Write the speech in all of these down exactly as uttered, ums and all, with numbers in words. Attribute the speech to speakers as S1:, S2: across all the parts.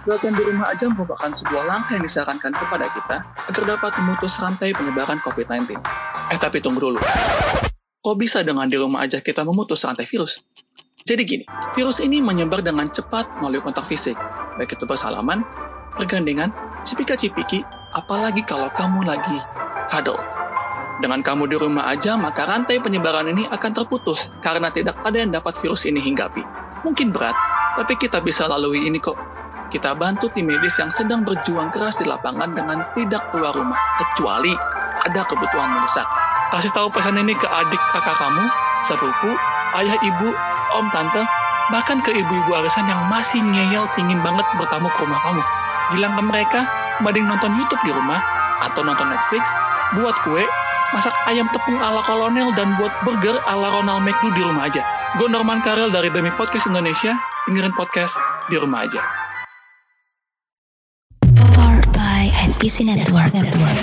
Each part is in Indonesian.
S1: latihan di rumah aja merupakan sebuah langkah yang disarankan kepada kita agar dapat memutus rantai penyebaran covid sembilan belas. Eh tapi tunggu dulu. Kok bisa dengan di rumah aja kita memutus rantai virus? Jadi gini, virus ini menyebar dengan cepat melalui kontak fisik, baik itu bersalaman, pergandengan, cipika-cipiki, apalagi kalau kamu lagi cuddle. Dengan kamu di rumah aja, maka rantai penyebaran ini akan terputus karena tidak ada yang dapat virus ini hinggapi. Mungkin berat, tapi kita bisa lalui ini kok. Kita bantu tim medis yang sedang berjuang keras di lapangan dengan tidak keluar rumah, kecuali ada kebutuhan mendesak. Kasih tahu pesan ini ke adik kakak kamu, sepupu, ayah ibu, om tante, bahkan ke ibu-ibu arisan yang masih ngeyel pingin banget bertamu ke rumah kamu. Bilang ke mereka, mending nonton YouTube di rumah, atau nonton Netflix, buat kue, masak ayam tepung ala kolonel, dan buat burger ala Ronald McDo di rumah aja. Gue Norman Karel dari Demi Podcast Indonesia, dengerin podcast di rumah aja.
S2: Powered by N P C Network. Network.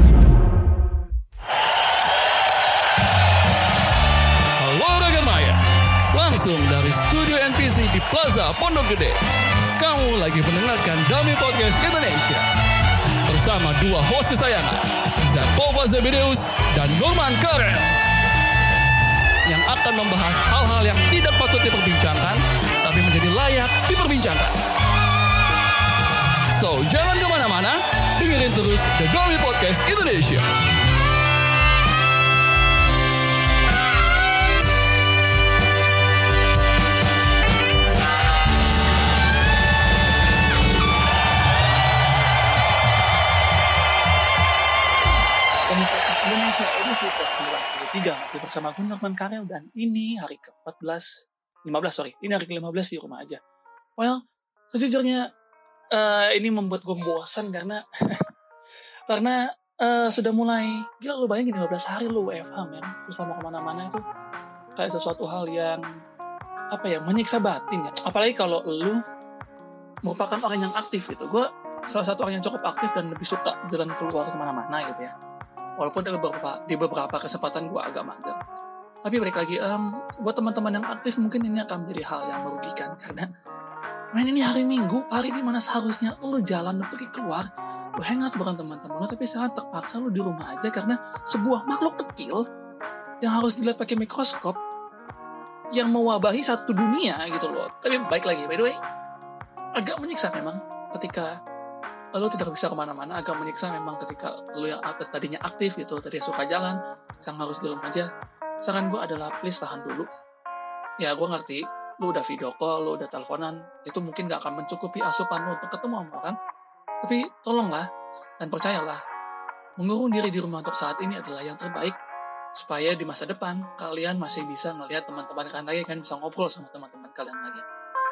S3: Halo Raga Maya, langsung dari studio N P C di Plaza Pondok Gede. Kamu lagi mendengarkan Demi Podcast Indonesia bersama dua host kesayangan, Zakova Zebedeus dan Norman Karel, yang akan membahas hal-hal yang tidak patut diperbincangkan, tapi menjadi layak diperbincangkan. So, jangan kemana-mana, dengerin terus The Demi Podcast Indonesia.
S1: Indonesia edisi ke sembilan puluh tiga masih bersama gue Norman Karel, dan ini hari ke empat belas, lima belas sorry, ini hari ke lima belas di rumah aja. Well, sejujurnya uh, ini membuat gue bosan karena karena uh, sudah mulai, gila lu bayangin lima belas hari lu W F H men, terus lama kemana-mana itu kayak sesuatu hal yang apa ya, menyiksa batin ya. Apalagi kalau lu merupakan orang yang aktif gitu. Gue salah satu orang yang cukup aktif dan lebih suka jalan keluar kemana-mana gitu ya. Walaupun di beberapa, di beberapa kesempatan gue agak mager. Tapi balik lagi, um, buat teman-teman yang aktif mungkin ini akan menjadi hal yang merugikan. Karena, men ini hari Minggu, hari di mana seharusnya lu jalan, lu pergi keluar, lu hangout bareng teman-teman lu, tapi sekarang terpaksa lu di rumah aja karena sebuah makhluk kecil yang harus dilihat pakai mikroskop yang mewabahi satu dunia gitu loh. Tapi baik lagi, by the way, agak menyiksa memang ketika lo tidak bisa kemana-mana. Agak menyiksa memang ketika lo yang tadinya aktif gitu, tadi suka jalan, sekarang harus di rumah aja. Saran gue adalah please tahan dulu. Ya gue ngerti, lo udah video call, lo udah teleponan, itu mungkin gak akan mencukupi asupan lo untuk ketemu sama orang. Tapi tolonglah dan percayalah, mengurung diri di rumah untuk saat ini adalah yang terbaik, supaya di masa depan kalian masih bisa ngelihat teman-teman kalian lagi, kan bisa ngobrol sama teman-teman kalian lagi.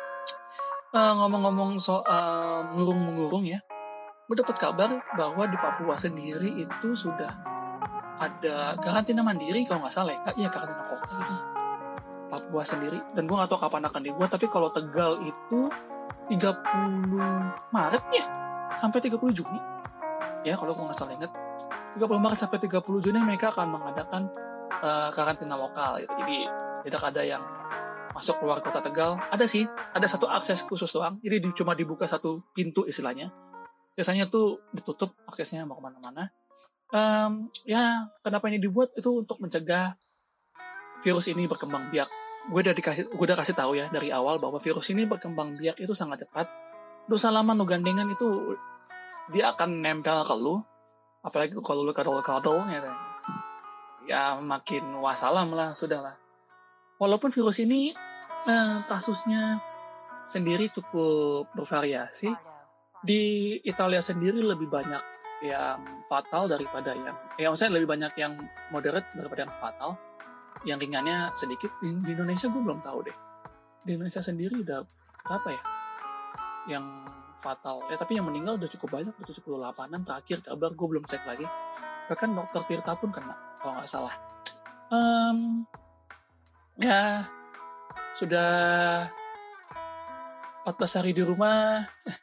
S1: Uh, ngomong-ngomong soal mengurung-mengurung ya, gue dapat kabar bahwa di Papua sendiri itu sudah ada karantina mandiri kalau nggak salah ya, iya karantina kota gitu, Papua sendiri. Dan gue nggak tahu kapan akan dibuat, tapi kalau Tegal itu tiga puluh Maret ya, sampai tiga puluh Juni ya kalau gue nggak salah ingat, tiga puluh Maret sampai tiga puluh Juni mereka akan mengadakan uh, karantina lokal gitu. Jadi tidak ada yang masuk keluar kota Tegal. Ada sih, ada satu akses khusus doang, jadi di, cuma dibuka satu pintu istilahnya. Biasanya tuh ditutup aksesnya mau kemana-mana. Um, ya, kenapa ini dibuat? Itu untuk mencegah virus ini berkembang biak. Gue udah dikasih, gue udah kasih tahu ya dari awal bahwa virus ini berkembang biak itu sangat cepat. Lu salaman, lu gandengan itu dia akan nempel ke lu. Apalagi kalau lu kadal-kadal ya, ya makin wassalam lah, sudah lah. Walaupun virus ini eh, kasusnya sendiri cukup bervariasi. Di Italia sendiri lebih banyak yang fatal daripada yang, ya maksudnya lebih banyak yang moderate daripada yang fatal. Yang ringannya sedikit. Di, di Indonesia gue belum tahu deh. Di Indonesia sendiri udah apa ya yang fatal. Ya tapi yang meninggal udah cukup banyak, udah tujuh puluh delapan-an terakhir kabar, gue belum cek lagi. Bahkan dokter Tirta pun kena kalau nggak salah. Um, ya sudah empat belas hari di rumah.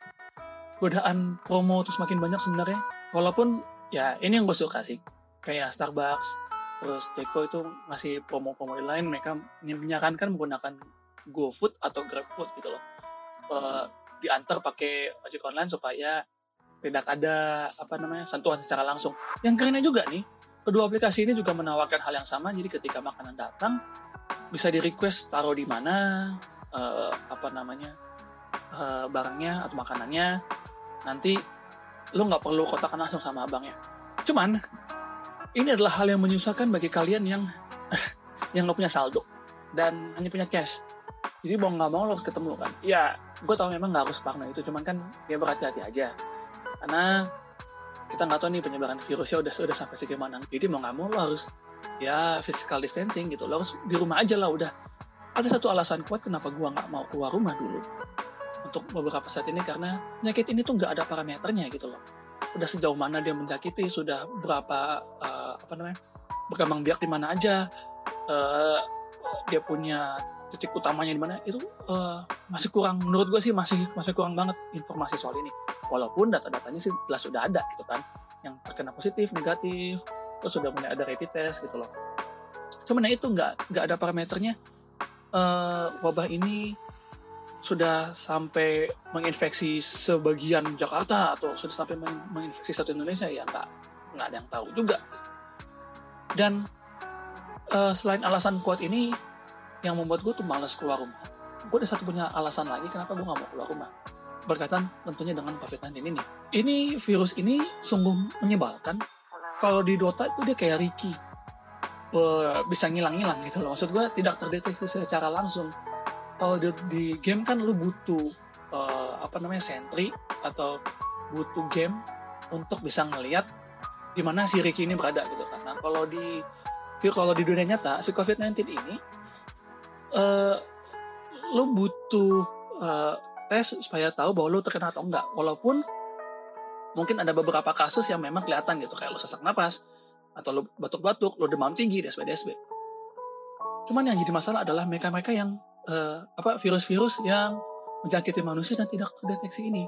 S1: Godaan promo terus makin banyak sebenarnya. Walaupun ya ini yang gue suka sih, kayak Starbucks terus Jeko itu ngasih promo-promo lain, mereka menyarankan menggunakan GoFood atau GrabFood gitu loh. Uh, diantar pakai ojek online supaya tidak ada apa namanya sentuhan secara langsung. Yang kerennya juga nih, kedua aplikasi ini juga menawarkan hal yang sama. Jadi ketika makanan datang bisa di request taruh di mana uh, apa namanya uh, barangnya atau makanannya. Nanti lo nggak perlu kontakkan langsung sama abangnya. Cuman ini adalah hal yang menyusahkan bagi kalian yang yang nggak punya saldo dan hanya punya cash. Jadi mau nggak mau lo harus ketemu kan. Ya, gue tahu memang nggak harus parno itu, cuman kan ya berhati-hati aja. Karena kita nggak tahu nih penyebaran virusnya udah udah sampai segimana. Jadi mau nggak mau lo harus ya physical distancing gitu. Lo harus di rumah aja lah udah. Ada satu alasan kuat kenapa gue nggak mau keluar rumah dulu untuk beberapa saat ini, karena penyakit ini tuh nggak ada parameternya gitu loh. Udah sejauh mana dia menjangkiti, sudah berapa uh, apa namanya berkembang biak di mana aja, uh, dia punya titik utamanya di mana, itu uh, masih kurang, menurut gue sih masih masih kurang banget informasi soal ini. Walaupun data-datanya sih jelas sudah ada gitu kan, yang terkena positif, negatif, terus sudah mulai ada rapid test gitu loh. Cuman ya itu nggak nggak ada parameternya. Uh, wabah ini sudah sampai menginfeksi sebagian Jakarta atau sudah sampai menginfeksi satu Indonesia, ya nggak nggak ada yang tahu juga. Dan uh, selain alasan kuat ini yang membuat gue tuh malas keluar rumah, gue ada satu punya alasan lagi kenapa gue nggak mau keluar rumah, berkaitan tentunya dengan covid sembilan belas ini. Ini virus ini sungguh menyebalkan. Kalau di Dota itu dia kayak Riki, uh, bisa ngilang-ngilang gitu loh. Maksud gue tidak terdeteksi secara langsung. Kalau di, di game kan lu butuh uh, apa namanya sentry atau butuh game untuk bisa ngelihat di mana si Riki ini berada gitu kan. Nah kalau di kalau di dunia nyata si covid sembilan belas ini Uh, lo butuh uh, tes supaya tahu bahwa lo terkena atau enggak. Walaupun mungkin ada beberapa kasus yang memang kelihatan gitu, kayak lo sesak napas atau lo batuk-batuk, lo demam tinggi, D S B D S B. Cuman yang jadi masalah adalah mereka-mereka yang uh, apa virus-virus yang menjangkiti manusia dan tidak terdeteksi ini.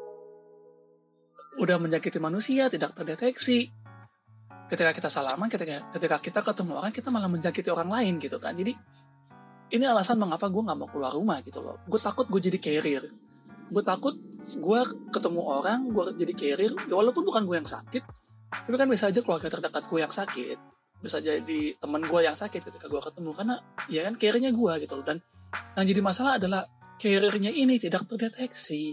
S1: Udah menjangkiti manusia, tidak terdeteksi. Ketika kita salaman, ketika ketika kita ketemu orang, kita malah menjangkiti orang lain gitu kan. Jadi ini alasan mengapa gue gak mau keluar rumah gitu loh. Gue takut gue jadi carrier. Gue takut gue ketemu orang, gue jadi carrier. Ya walaupun bukan gue yang sakit, tapi kan bisa aja keluarga terdekat gue yang sakit. Bisa jadi teman gue yang sakit ketika gue ketemu. Karena ya kan carrier-nya gue gitu loh. Dan yang jadi masalah adalah carrier-nya ini tidak terdeteksi.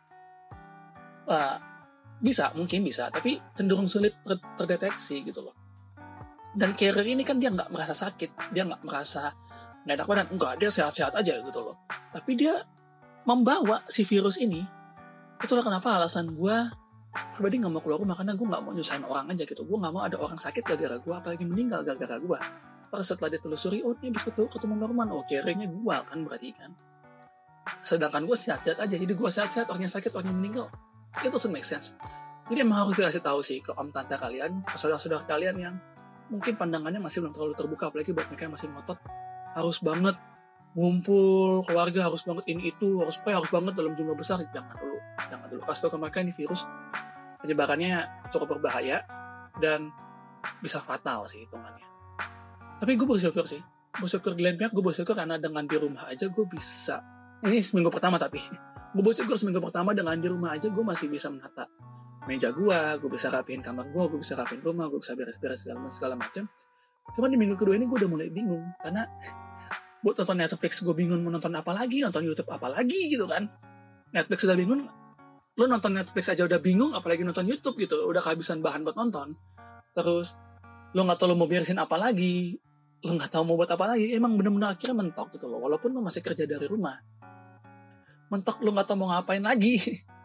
S1: Uh, bisa, mungkin bisa. Tapi cenderung sulit ter- terdeteksi gitu loh. Dan carrier ini kan dia gak merasa sakit. Dia gak merasa nggak enak badan, enggak, dia sehat-sehat aja gitu loh. Tapi dia membawa si virus ini. Itulah kenapa alasan gue pribadi nggak mau keluar rumah, karena gue nggak mau nyusahin orang aja gitu. Gue nggak mau ada orang sakit gara-gara gue, apalagi meninggal gara-gara gue. Terus setelah ditelusuri, oh ini bisa ketemu, ketemu Norman, oh carrier-nya gue kan berarti kan. Sedangkan gue sehat-sehat aja, jadi gue sehat-sehat, orangnya sakit, orangnya meninggal. It doesn't make sense. Jadi emang harus dikasih tahu sih ke om tante kalian, ke saudara-saudara kalian yang mungkin pandangannya masih belum terlalu terbuka, apalagi buat mereka yang masih ngotot. Harus banget ngumpul keluarga, harus banget ini itu, harus apa harus banget dalam jumlah besar. Jangan dulu, jangan dulu. Kasih tau ke mereka ini virus penyebarannya cukup berbahaya dan bisa fatal sih hitungannya. Tapi gue bersyukur sih, bersyukur di lain pihak gue bersyukur karena dengan di rumah aja gue bisa. Ini seminggu pertama tapi gue bersyukur seminggu pertama dengan di rumah aja gue masih bisa menata meja gue, gue bisa rapihin kamar gue, gue bisa rapihin rumah, gue bisa beres-beres segala, segala macam. Cuman di minggu kedua ini gue udah mulai bingung karena buat nonton Netflix gue bingung mau nonton apa lagi, nonton YouTube apa lagi gitu kan. Netflix udah bingung, lo nonton Netflix aja udah bingung, apalagi nonton YouTube gitu, udah kehabisan bahan buat nonton. Terus lo nggak tahu lo mau beresin apa lagi, lo nggak tahu mau buat apa lagi, emang bener-bener akhirnya mentok gitu loh. Walaupun lo masih kerja dari rumah, mentok lo nggak tahu mau ngapain lagi.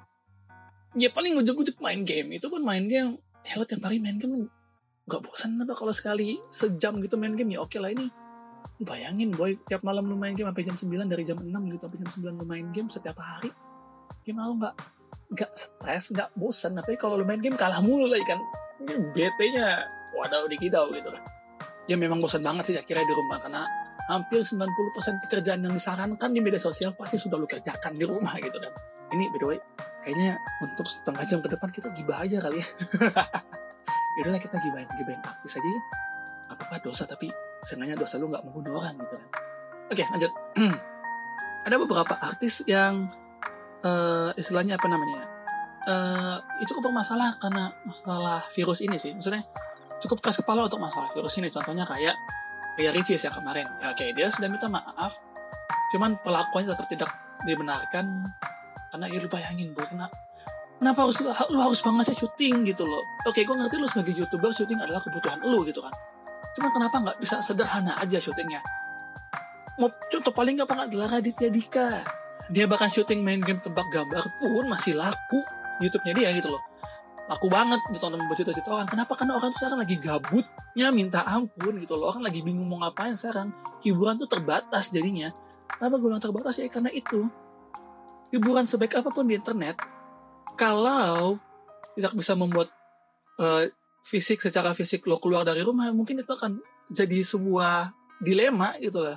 S1: Ya paling ujuk-ujuk main game, itu pun main game, ya lo tiap hari main game nggak bosan apa kalau sekali sejam gitu main game, ya oke lah ini. Bayangin boy, tiap malam lu main game sampai jam sembilan, dari jam enam gitu sampai jam sembilan lu main game setiap hari. Gimana lu nggak nggak stres, nggak bosan? Tapi kalau lu main game kalah mulu lagi kan, B T-nya waduh dikidau gitu kan. Ya memang bosan banget sih akhirnya di rumah, karena hampir sembilan puluh persen pekerjaan yang disarankan di media sosial pasti sudah lu kerjakan di rumah gitu kan. Ini by the way, kayaknya untuk setengah jam ke depan kita gibah aja kali ya. Yaudahlah kita gibahin, gibahin aktif aja ya. Apa-apa dosa, tapi seenggaknya dosa lu gak membunuh orang gitu kan. Oke lanjut. Ada beberapa artis yang uh, istilahnya apa namanya? Uh, itu cukup bermasalah karena masalah virus ini sih. Maksudnya cukup keras kepala untuk masalah virus ini. Contohnya kayak Ria Ricis yang kemarin. Ya, oke, dia sudah minta maaf, cuman perlakuannya tetap tidak dibenarkan. Karena ya lu bayangin, bro, kenapa, kenapa harus lu harus banget sih syuting gitu loh. Oke, gue ngerti lu sebagai YouTuber syuting adalah kebutuhan lu gitu kan. Cuman kenapa nggak bisa sederhana aja syutingnya? Mau contoh paling gampang adalah Raditya Dika. Dia bahkan syuting main game tebak gambar pun masih laku YouTube-nya dia gitu loh. Laku banget ditonton berjuta-juta orang. Kenapa? Karena orang tuh sekarang lagi gabutnya minta ampun gitu loh. Orang lagi bingung mau ngapain sekarang. Hiburan tuh terbatas jadinya. Kenapa gue bilang terbatas ya? Karena itu hiburan sebaik apapun di internet, kalau tidak bisa membuat uh, fisik secara fisik lo keluar dari rumah, mungkin itu akan jadi sebuah dilema gitu lah.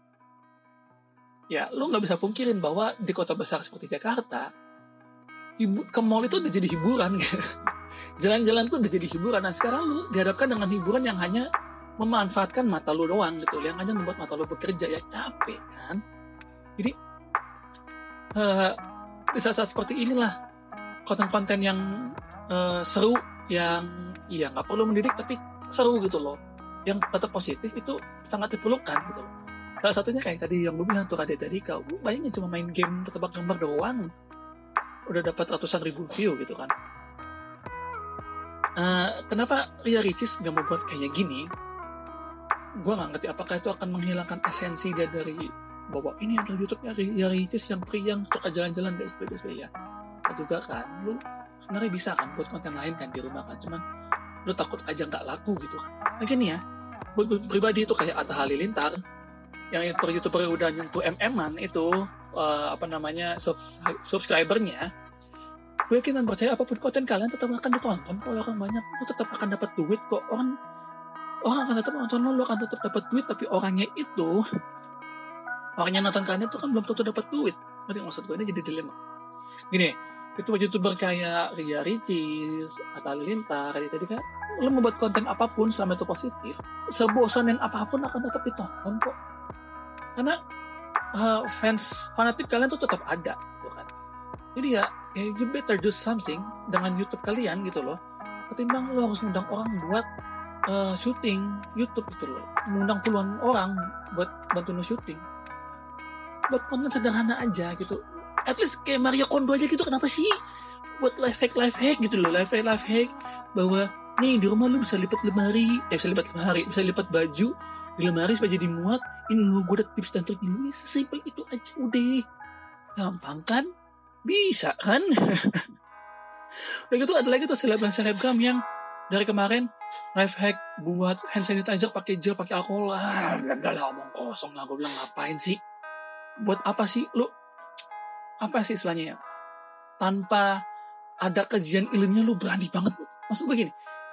S1: Ya, lo nggak bisa pungkirin bahwa di kota besar seperti Jakarta, hibu- ke mall itu udah jadi hiburan. Jalan-jalan tuh udah jadi hiburan. Dan sekarang lo dihadapkan dengan hiburan yang hanya memanfaatkan mata lo doang gitu, yang hanya membuat mata lo bekerja. Ya capek kan. Jadi uh, di saat-saat seperti inilah konten-konten yang uh, seru, yang ya nggak perlu mendidik tapi seru gitu loh, yang tetap positif itu sangat diperlukan gitu loh. Salah satunya kayak tadi yang gue bilang tuh Raditya Dika, gue bayangin cuma main game tebak gambar doang udah dapat ratusan ribu view gitu kan. Uh, kenapa Ria Ricis nggak mau buat kayak gini? Gue nggak ngerti apakah itu akan menghilangkan esensi dia dari bahwa ini adalah YouTube-nya Ria Ricis yang priang suka jalan-jalan D S B D S B ya. Nah, juga kan, lu sebenarnya bisa kan buat konten lain kan di rumah kan, cuman lu takut aja nggak laku gitu kan. Lagi nih ya, buat gue pribadi itu kayak Atta Halilintar yang YouTuber-YouTuber udah nyentuh M M-an itu uh, apa namanya subs- subscribernya, gue yakin dan percaya apapun konten kalian tetap akan ditonton kalau orang banyak, lu tetap akan dapat duit kok. Orang orang akan tetap nonton lo, lu akan tetap dapat duit, tapi orangnya itu orangnya nonton kalian itu kan belum tentu dapat duit. Berarti maksud gue ini jadi dilema. Gini, YouTuber-YouTuber kayak Ria Ricis, Atta Halilintar, tadi tadi kan, lo mau buat konten apapun selama itu positif, sebosanin apapun akan tetap ditonton kok. Karena uh, fans fanatik kalian tuh tetap ada, gitu kan. Jadi ya, ya, you better do something dengan YouTube kalian gitu loh. Ketimbang lo harus ngundang orang buat uh, syuting YouTube gitu loh, mengundang puluhan orang buat bantu lo syuting. Buat konten sederhana aja gitu. At least kayak Mario Kondo aja gitu, kenapa sih buat life hack life hack gitu loh, life hack life hack bahwa nih di rumah lu bisa lipat lemari, eh bisa lipat lemari, bisa lipat baju di lemari supaya jadi muat. Ini lu gue ada tips dan trik ini, sesimpel itu aja udah. Gampang kan? Bisa kan? Udah gitu ada lagi tuh selebgram-selebgram yang dari kemarin life hack buat hand sanitizer pakai gel, pakai alkohol. Ah, udah lah omong kosong lah, gue bilang ngapain sih? Buat apa sih lu? Apa sih istilahnya ya? Tanpa ada kajian ilmiah lu berani banget. Maksud gue gini,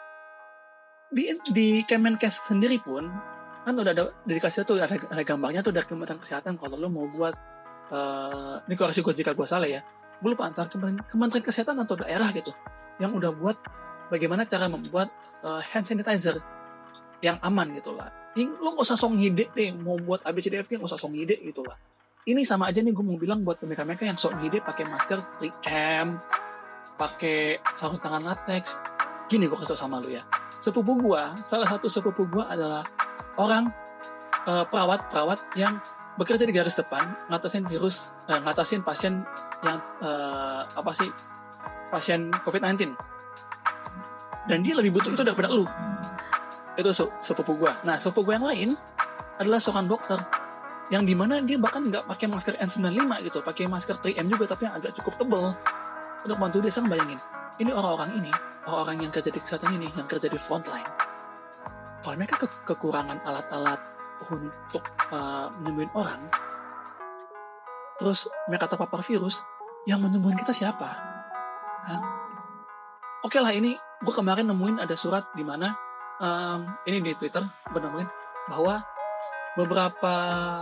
S1: di, di Kemenkes sendiri pun kan udah ada dikasih tuh ada, ada gambarnya tuh dari Kementerian Kesehatan kalau lu mau buat uh, ini koreksi gue jika gue salah ya, gue lupa antara Kementerian, Kementerian Kesehatan atau daerah gitu yang udah buat bagaimana cara membuat uh, hand sanitizer yang aman gitu lah. Ini lu gak usah song ngide deh mau buat A B C D F G, gak usah song ngide gitu lah. Ini sama aja nih gue mau bilang buat mereka-mereka yang sok ngide pakai masker tiga M, pakai sarung tangan latex. Gini gue kasih sama lu ya, sepupu gue, salah satu sepupu gue adalah orang uh, perawat-perawat yang bekerja di garis depan ngatasin virus, uh, ngatasin pasien yang uh, apa sih pasien covid sembilan belas, dan dia lebih butuh itu daripada lu. Itu sepupu gue. Nah sepupu gue yang lain adalah seorang dokter yang dimana dia bahkan nggak pakai masker N sembilan puluh lima gitu, pakai masker tiga M juga tapi yang agak cukup tebal untuk bantu dia. Sekarang bayangin, ini orang-orang ini, orang-orang yang kerja di kesehatan ini, yang kerja di frontline, kalau mereka ke- kekurangan alat-alat untuk uh, menyembuhin orang, terus mereka terpapar virus, yang menyembuhin kita siapa? Hah? Oke lah, ini gue kemarin nemuin ada surat di mana um, ini di Twitter gue nemuin bahwa beberapa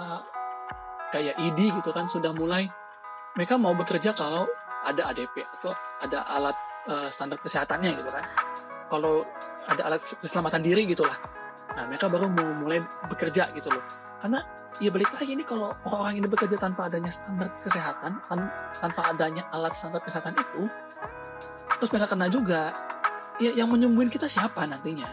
S1: kayak I D gitu kan sudah mulai mereka mau bekerja kalau ada A D P atau ada alat uh, standar kesehatannya gitu kan. Kalau ada alat keselamatan diri gitulah. Nah, mereka baru mau mulai bekerja gitu loh. Karena ya balik lagi nih, kalau orang-orang ini bekerja tanpa adanya standar kesehatan, tan- tanpa adanya alat standar kesehatan itu, terus mereka kena juga, ya yang menyembuhin kita siapa nantinya?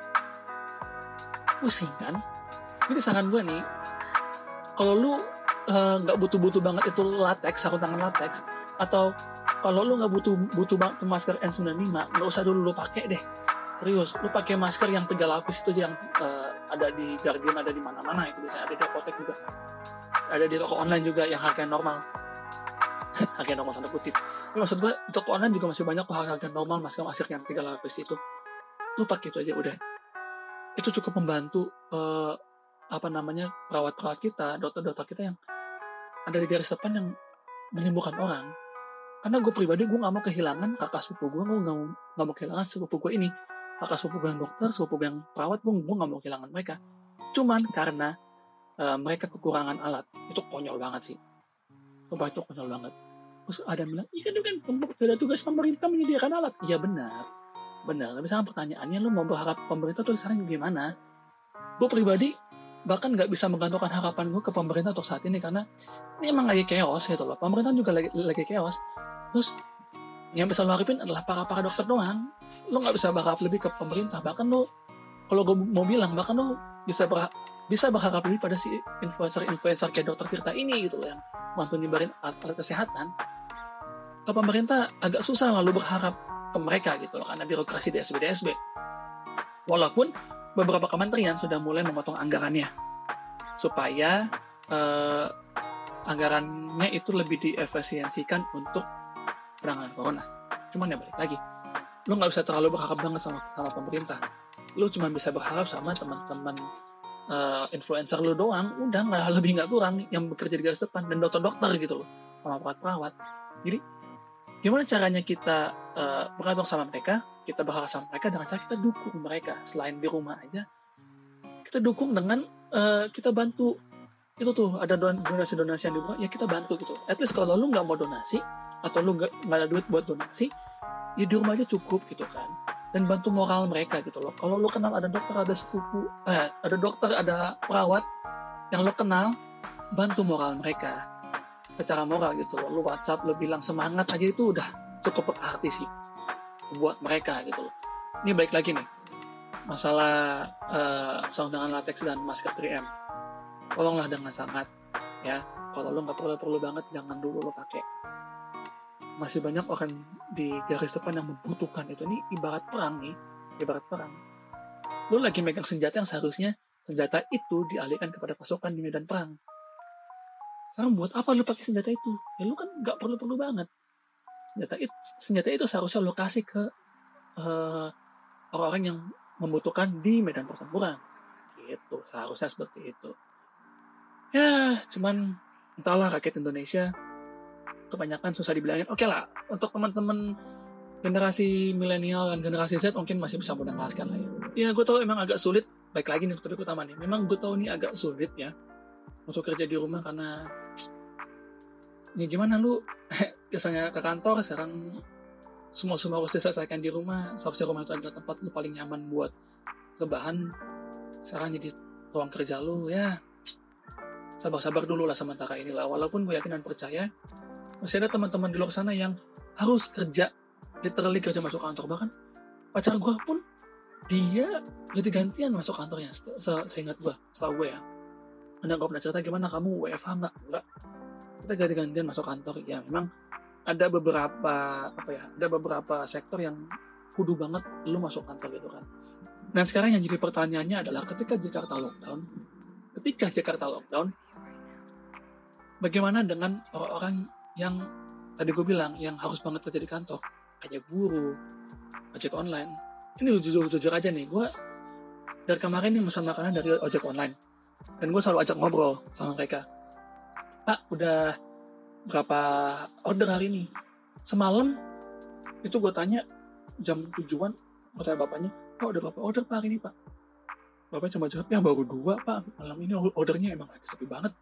S1: Pusing kan? Jadi saran gue nih, kalau lu nggak uh, butuh-butuh banget itu latex, sarung tangan latex, atau kalau lu nggak butuh butuh banget masker N sembilan puluh lima, nggak usah dulu lu pakai deh. Serius, lu pakai masker yang tiga lapis itu aja, yang uh, ada di Guardian, ada di mana-mana, itu biasanya ada di apotek juga, ada di toko online juga yang harganya normal. Harganya normal tanda kutip. Tapi maksud gue, toko online juga masih banyak kok harga normal masker-masker yang tiga lapis itu. Lu pakai itu aja udah. Itu cukup membantu uh, apa namanya perawat-perawat kita, dokter-dokter kita yang ada di garis depan yang menyembuhkan orang. Karena gue pribadi, gue nggak mau kehilangan kakak sepupu gue, gue nggak mau nggak mau kehilangan sepupu gue ini, kakak sepupu gue yang dokter, sepupu gue yang perawat, gue gue nggak mau kehilangan mereka. Cuman karena uh, mereka kekurangan alat, itu konyol banget sih. Coba itu konyol banget. Terus ada yang bilang, iya kan kan ada tugas pemerintah menyediakan alat. Iya benar, benar. Tapi sekarang pertanyaannya, lu mau berharap pemerintah tuh sekarang gimana? Gue pribadi bahkan nggak bisa menggantungkan harapan gue ke pemerintah untuk saat ini, karena ini emang lagi chaos gitu loh. Pemerintah juga lagi, lagi chaos. Terus yang bisa lo harapin adalah para para dokter doang. Lo nggak bisa berharap lebih ke pemerintah. Bahkan lo, kalau gue mau bilang, bahkan lo bisa berharap, bisa berharap lebih pada si influencer-influencer kayak dokter Tirta ini gitu loh, yang bantu nyebarin alat kesehatan. Ke pemerintah agak susah lalu berharap ke mereka gitu loh, karena birokrasi D S B D S B. Walaupun beberapa kementerian sudah mulai memotong anggarannya supaya eh, anggarannya itu lebih diefisiensikan untuk penanganan corona. Cuman ya balik lagi, lo nggak bisa terlalu berharap banget sama sama pemerintah. Lo cuma bisa berharap sama teman-teman uh, influencer lo doang. Udah, nggak lebih nggak kurang, yang bekerja di garis depan dan dokter-dokter gitu loh, sama perawat-perawat. Jadi gimana caranya kita uh, bergantung sama mereka, kita berharap sama mereka dengan cara kita dukung mereka. Selain di rumah aja, kita dukung dengan uh, kita bantu. Itu tuh ada donasi-donasi yang dibuat, ya kita bantu gitu. At least kalau lu nggak mau donasi atau lu nggak ada duit buat donasi, ya di rumah aja cukup gitu kan. Dan bantu moral mereka gitu loh. Kalau lu kenal ada dokter, ada sepupu, eh, ada dokter, ada perawat yang lu kenal, bantu moral mereka secara moral gitu loh. Lu WhatsApp, lu bilang semangat aja, itu udah cukup berarti sih buat mereka gitu loh. Ini balik lagi nih, masalah uh, sarung tangan latex dan masker tiga M. Tolonglah dengan sangat ya, kalau lo nggak perlu-perlu banget, jangan dulu lo pakai. Masih banyak orang di garis depan yang membutuhkan itu. Ini ibarat perang nih, ibarat perang. Lo lagi megang senjata yang seharusnya senjata itu dialihkan kepada pasukan di medan perang. Sekarang buat apa lo pakai senjata itu? Ya lo kan nggak perlu-perlu banget. Senjata itu, senjata itu seharusnya lo kasih ke uh, orang-orang yang membutuhkan di medan pertempuran. Gitu, seharusnya seperti itu. Ya, cuman entahlah, rakyat Indonesia kebanyakan susah dibilangin. Oke lah, untuk teman-teman generasi milenial dan generasi Z mungkin masih bisa mendengarkan lah ya. Ya, gue tahu emang agak sulit. Baik lagi nih, topik utama nih. Memang gue tahu nih agak sulit ya untuk kerja di rumah, karena ya gimana lu biasanya ke kantor, sekarang semua-semua harus diselesaikan di rumah. Seharusnya rumah itu adalah tempat lu paling nyaman buat rebahan. Sekarang jadi ruang kerja lu, ya sabar-sabar dulu lah sementara inilah. Walaupun gue yakin dan percaya masih ada teman-teman di luar sana yang harus kerja, literally kerja masuk kantor. Bahkan pacar gue pun dia ganti-gantian masuk kantornya, se- seingat gue, setahu gue ya. Anda gak pernah cerita gimana kamu W F H nggak? Enggak. Kita ganti-gantian masuk kantor. Ya memang ada beberapa apa ya, ada beberapa sektor yang kudu banget lu masuk kantor gitu kan. Dan sekarang yang jadi pertanyaannya adalah ketika Jakarta lockdown, ketika Jakarta lockdown, bagaimana dengan orang-orang yang tadi gue bilang yang harus banget kerja di kantor, kayak buruh, ojek online. Ini jujur-jujur aja nih, gue dari kemarin nih pesan makanan dari ojek online, dan gue selalu ajak ngobrol sama mereka. Pak, udah berapa order hari ini? Semalam itu gue tanya jam tujuan, gue tanya bapaknya, Pak udah berapa order pak hari ini pak? Bapaknya cuma jawab, ya baru dua pak, malam ini ordernya emang lagi sepi banget.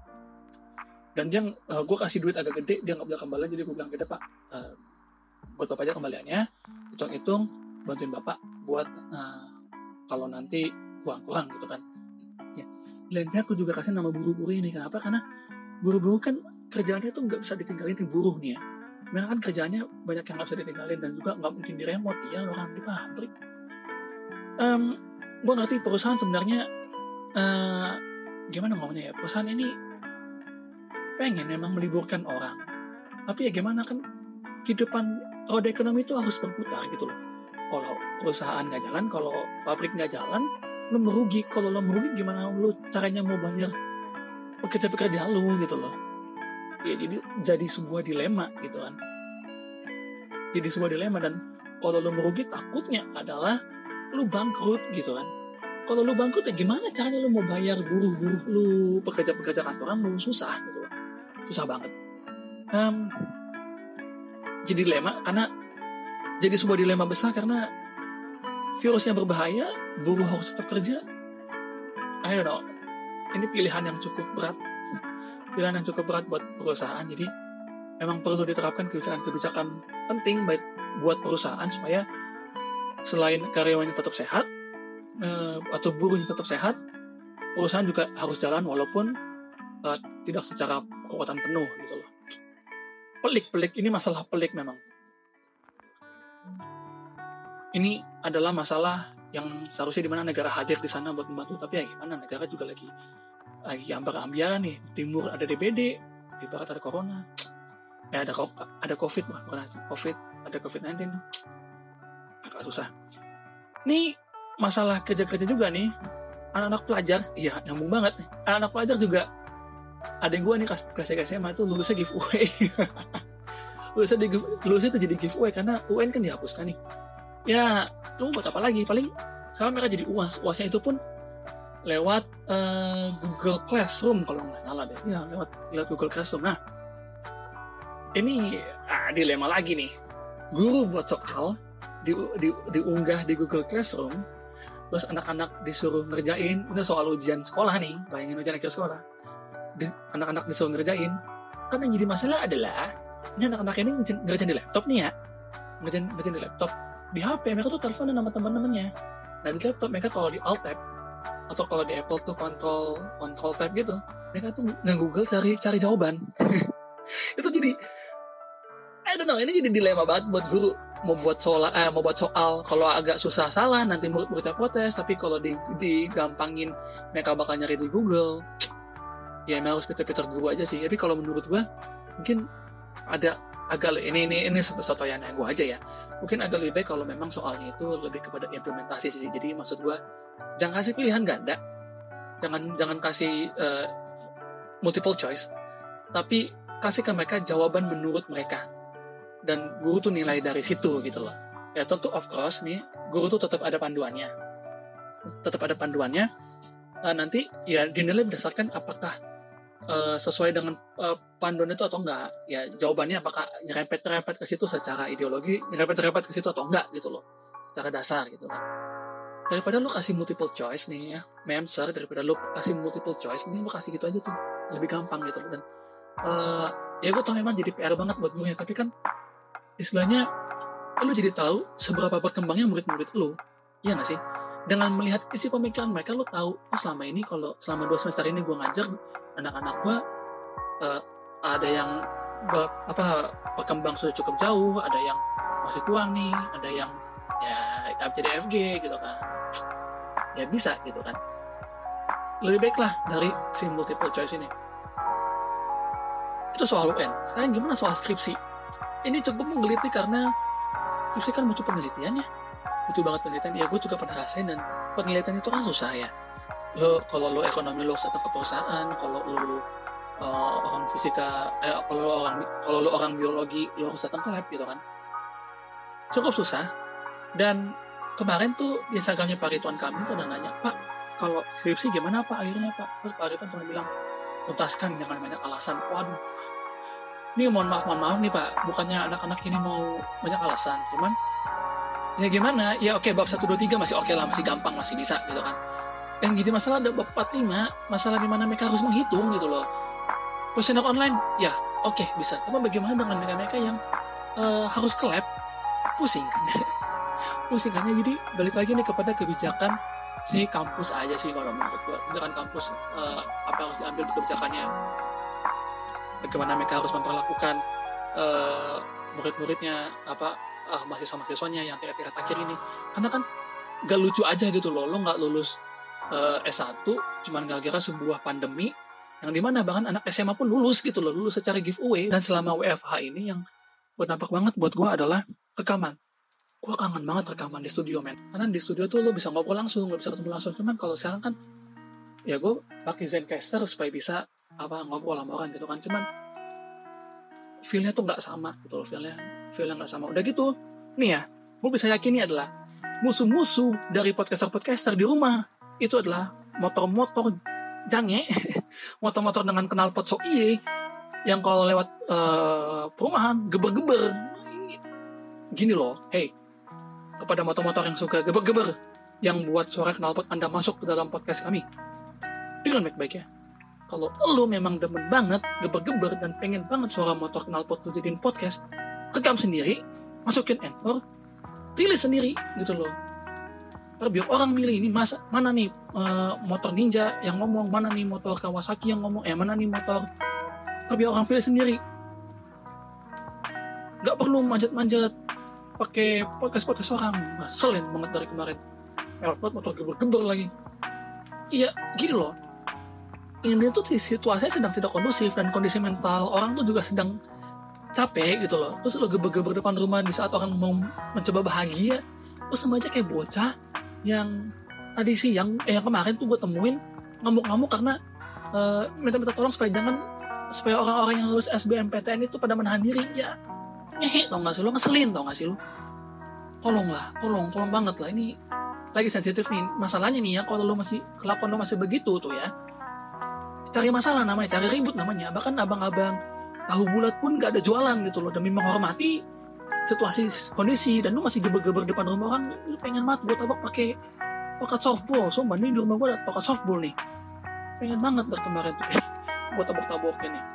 S1: Dan dia, uh, gue kasih duit agak gede, dia gak bilang kembalian, jadi gue bilang gede pak, uh, gue top aja kembaliannya, hitung-hitung, bantuin bapak buat uh, kalau nanti kurang-kurang gitu kan. Ya. di lain pihak gue juga kasih nama buruh-buruh ini. Kenapa? Karena buruh-buruh kan kerjaannya tuh nggak bisa ditinggalin di buruh nih ya. Mereka kan kerjaannya banyak yang nggak bisa ditinggalin dan juga nggak mungkin di remote. Iya, orang di pabrik. Um, gue ngerti perusahaan sebenarnya uh, gimana ngomongnya ya, perusahaan ini pengen memang meliburkan orang, tapi ya gimana kan kehidupan roda ekonomi itu harus berputar gitu loh. Kalau perusahaan nggak jalan, kalau pabrik nggak jalan, lo merugi. Kalau lo merugi gimana lo caranya mau bayar pekerja-pekerja lo gitu loh. Ya, jadi jadi sebuah dilema gitu kan. Jadi sebuah dilema, dan kalau lo merugi takutnya adalah lo bangkrut gitu kan. Kalau lo bangkrut ya gimana caranya lo mau bayar buruh-buruh lo, pekerja-pekerja kantoran lo, susah gitu loh. Susah banget. Um, jadi dilema karena jadi sebuah dilema besar karena virusnya berbahaya, buruh harus tetap kerja. I don't know. Ini pilihan yang cukup berat. Pilihan yang cukup berat buat perusahaan. Jadi memang perlu diterapkan kebijakan-kebijakan penting baik buat perusahaan supaya selain karyawannya tetap sehat eh, atau buruhnya tetap sehat, perusahaan juga harus jalan walaupun eh, tidak secara kekuatan penuh gitu loh. Pelik-pelik, ini masalah pelik memang. Ini adalah masalah yang seharusnya di mana negara hadir di sana buat membantu, tapi ya gimana, negara juga lagi lagi ambar-ambiaran nih. Timur ada D B D, di barat ada corona, eh ada ada covid, bukan covid, ada covid sembilan belas, agak susah. Nih masalah kerja-kerja juga nih, anak-anak pelajar, iya nyambung banget nih. Anak-anak pelajar juga, ada yang gue nih kelas kelas S M A itu lulusnya giveaway. lulusnya di lulusnya itu jadi giveaway karena U N kan dihapuskan nih. Ya, lu buat apa lagi? Paling sekarang mereka jadi U A S. U A S-nya itu pun lewat uh, Google Classroom kalau nggak salah deh. Ya, lewat lewat Google Classroom. Nah, ini ah, dilema lagi nih. Guru buat soal di, di, diunggah di Google Classroom, terus anak-anak disuruh ngerjain. Ini soal ujian sekolah nih, bayangin ujian akhir sekolah. Di, anak-anak disuruh ngerjain. Kan yang jadi masalah adalah ini anak-anak ini ngerjain di laptop nih ya, ngerjain, ngerjain di laptop. Di H P mereka tuh teleponan sama teman-temannya. Nah di laptop mereka kalau di Alt Tab atau kalau di Apple tuh Control Control Tab gitu, mereka tuh nge-Google cari cari jawaban. Itu jadi, I don't know, ini jadi dilema banget buat guru. Mau buat soal, eh, mau buat soal, kalau agak susah salah nanti murid-muridnya protes. Tapi kalau di, digampangin mereka bakal nyari di Google. Ya emang harus pinter-pinter guru aja sih. Tapi kalau menurut gue mungkin ada agak ini ini ini sotoyan yang gue aja ya. Mungkin agak lebih baik kalau memang soalnya itu lebih kepada implementasi sih. Jadi maksud gue jangan kasih pilihan ganda, jangan jangan kasih uh, multiple choice, tapi kasih ke mereka jawaban menurut mereka, dan guru tuh nilai dari situ gitu loh. Ya tentu of course nih guru tuh tetap ada panduannya, tetap ada panduannya. Uh, nanti ya dinilai berdasarkan apakah Uh, sesuai dengan uh, panduan itu atau enggak. Ya jawabannya apakah nyerempet-nyerempet ke situ secara ideologi, nyerempet-nyerempet ke situ atau enggak gitu loh, secara dasar gitu kan. Daripada lo kasih multiple choice nih ya, memser, daripada lo kasih multiple choice, mending lo kasih gitu aja tuh, lebih gampang gitu loh. Dan uh, ya gue tau memang jadi P R banget buat gue ya, tapi kan istilahnya lo jadi tahu seberapa berkembangnya murid-murid lo, iya nggak sih? Dengan melihat isi pemikiran mereka, lo tahu oh selama ini kalau selama dua semester ini gue ngajar anak-anak gue uh, ada yang be, apa berkembang sudah cukup jauh, ada yang masih kurang nih, ada yang ya A B C D F G gitu kan, ya bisa gitu kan. Lebih baiklah dari si multiple choice ini. Itu soal U N. Sekarang gimana soal skripsi? Ini cukup menggelitik karena skripsi kan butuh penelitian ya, butuh banget penelitian. Ya gue juga pernah rasain, dan penelitian itu kan susah ya. Lo kalau lo ekonomi lo datang ke perusahaan, kalau lo uh, orang fisika, eh, kalau lo orang kalau lo orang biologi lo harus datang ke lab gitu kan, cukup susah. Dan kemarin tuh di Instagramnya Pak Ridwan Kamil tuh udah nanya, Pak kalau skripsi gimana Pak akhirnya Pak? Terus Pak Ridwan cuma bilang tuntaskan, jangan banyak alasan. Waduh, ini mohon maaf mohon maaf nih Pak, bukannya anak-anak ini mau banyak alasan, cuman ya gimana ya, oke bab satu dua tiga masih oke lah, masih gampang, masih bisa gitu kan. Yang jadi masalah ada bab empat lima, masalah di mana mereka harus menghitung gitu loh. Kuesioner online, ya oke okay, bisa. Tapi bagaimana dengan mereka-mereka yang uh, harus ke lab? Pusing kan? Pusing kan? Jadi balik lagi nih kepada kebijakan sih kampus aja sih kalau menurut gue. Beneran kampus uh, apa harus diambil kebijakannya, bagaimana mereka harus memperlakukan uh, murid-muridnya, apa uh, mahasiswa-mahasiswanya yang tingkat-tingkat akhir ini. Karena kan gak lucu aja gitu loh, lo gak lulus uh, S satu cuman gara-gara sebuah pandemi yang dimana bahkan anak S M A pun lulus gitu loh, lulus secara giveaway. Dan selama W F H ini yang berdampak banget buat gue adalah rekaman. Gue kangen banget rekaman di studio, men. Karena di studio tuh lo bisa ngobrol langsung, lo bisa ketemu langsung. Cuman kalau sekarang kan, ya gue pakai Zencastr supaya bisa apa ngobrol sama orang gitu kan. Cuman feel-nya tuh nggak sama gitu loh, feel-nya feel-nya nggak sama. Udah gitu, nih ya, gue bisa yakin ini adalah musuh-musuh dari podcaster-podcaster di rumah. Itu adalah motor-motor jange, motor-motor dengan knalpot so iye, yang kalau lewat uh, perumahan geber-geber. Gini loh, hey, kepada motor-motor yang suka geber-geber, yang buat suara knalpot Anda masuk ke dalam podcast kami, dengan baik-baik ya. Kalau lo memang demen banget geber-geber dan pengen banget suara motor knalpot lo jadiin podcast, rekam sendiri, masukin Anchor, rilis sendiri gitu loh. Ntar biar orang milih ini masa, mana nih uh, motor Ninja yang ngomong, mana nih motor Kawasaki yang ngomong, eh mana nih motor. Ntar biar orang pilih sendiri. Gak perlu manjat-manjat pakai podcast-podcast orang. Ngeselin banget dari kemarin. Melpot motor geber-geber lagi. Iya, gini loh. Ini tuh situasinya sedang tidak kondusif dan kondisi mental orang tuh juga sedang capek gitu loh. Terus lo geber-geber depan rumah di saat orang mau mencoba bahagia. Terus sama aja kayak bocah yang tadi siang, eh yang kemarin tuh gue temuin ngamuk-ngamuk karena uh, minta-minta tolong supaya jangan supaya orang-orang yang lulus S B M P T N itu pada menahan diri. Ya, ngehe, tau gak sih lo, ngeselin tau gak sih lo. Tolong lah, tolong, tolong banget lah. Ini lagi sensitif nih masalahnya nih ya. Kalau lo masih kelakuan lo masih begitu tuh ya, cari masalah namanya, cari ribut namanya. Bahkan abang-abang tahu bulat pun gak ada jualan gitu loh, demi menghormati situasi kondisi. Dan lu masih geber-geber depan rumah orang, lu pengen banget gue tabak pakai tokat softball. Sumpah nih di rumah gue ada tokat softball nih, pengen banget dari kemarin tuh gue tabok-taboknya nih.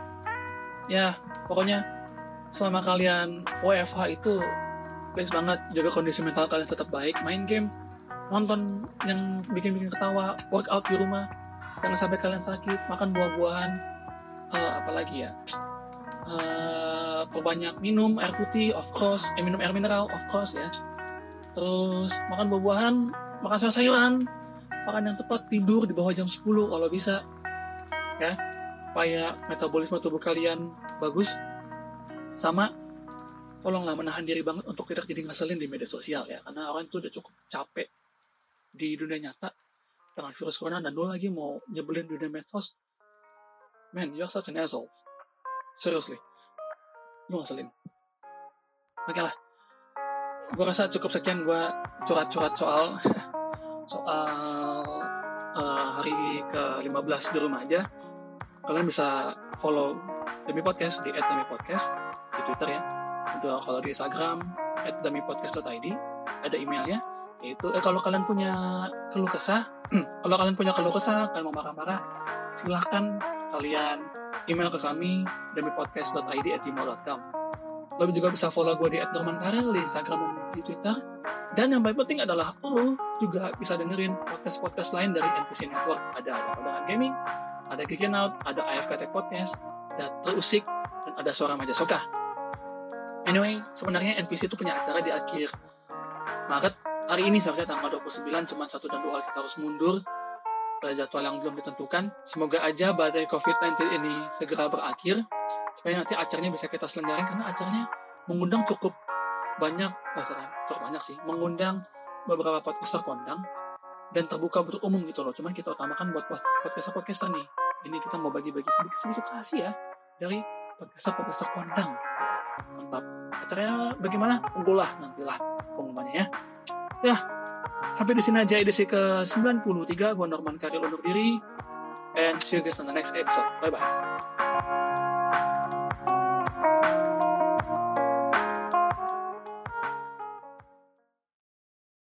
S1: Ya pokoknya selama kalian W F H itu please banget jaga kondisi mental kalian tetap baik, main game, nonton yang bikin-bikin ketawa, workout di rumah, jangan sampai kalian sakit, makan buah-buahan, uh, apalagi ya, uh, perbanyak minum air putih of course, eh minum air mineral of course ya, terus makan buah-buahan, makan sayur-sayuran, makan yang tepat, tidur di bawah jam sepuluh kalau bisa ya, supaya metabolisme tubuh kalian bagus. Sama tolonglah menahan diri banget untuk tidak jadi ngeselin di media sosial ya, karena orang itu udah cukup capek di dunia nyata dengan virus corona, dan lu lagi mau nyebelin dunia medsos. Man, you're such an asshole. Seriously, lu ngeselin. Oke lah, gue rasa cukup sekian gue curhat-curhat soal soal uh, hari ke lima belas di rumah aja. Kalian bisa follow Demi Podcast di et demi podcast di Twitter ya. Udah kalau di Instagram et demi podcast dot i d, ada emailnya yaitu eh, kalau kalian punya keluh kesah kalau kalian punya keluh kesah, kalian mau marah-marah, silahkan kalian email ke kami demi podcast dot i d at gmail dot com. Lo juga bisa follow gue di et norman karel di Instagram dan di Twitter. Dan yang paling penting adalah lo juga bisa dengerin podcast-podcast lain dari N P C Network. Ada ada Pandangan Gaming, ada Geekin Out, ada A F K Tech Podcast, ada Terusik, dan ada Suara Majasoka. Anyway, sebenarnya N P C itu punya acara di akhir Maret. Hari ini seharusnya tanggal dua puluh sembilan, cuma satu dan dua hari kita harus mundur pada jadwal yang belum ditentukan. Semoga aja badai covid sembilan belas ini segera berakhir, supaya nanti acaranya bisa kita selenggarakan, karena acaranya mengundang cukup banyak, eh, cukup banyak sih, mengundang beberapa podcaster kondang dan terbuka untuk umum gitu loh. Cuman kita utamakan buat podcaster-podcaster nih. Ini kita mau bagi-bagi sedikit-sedikit rahasia dari podcaster-podcaster kondang. Mantap. Acaranya bagaimana? Tunggulah nantilah pengumumannya ya. Ya, sampai di sini aja edisi ke sembilan puluh tiga. Gue Norman Karel undur diri. And see you guys on the next episode. Bye-bye.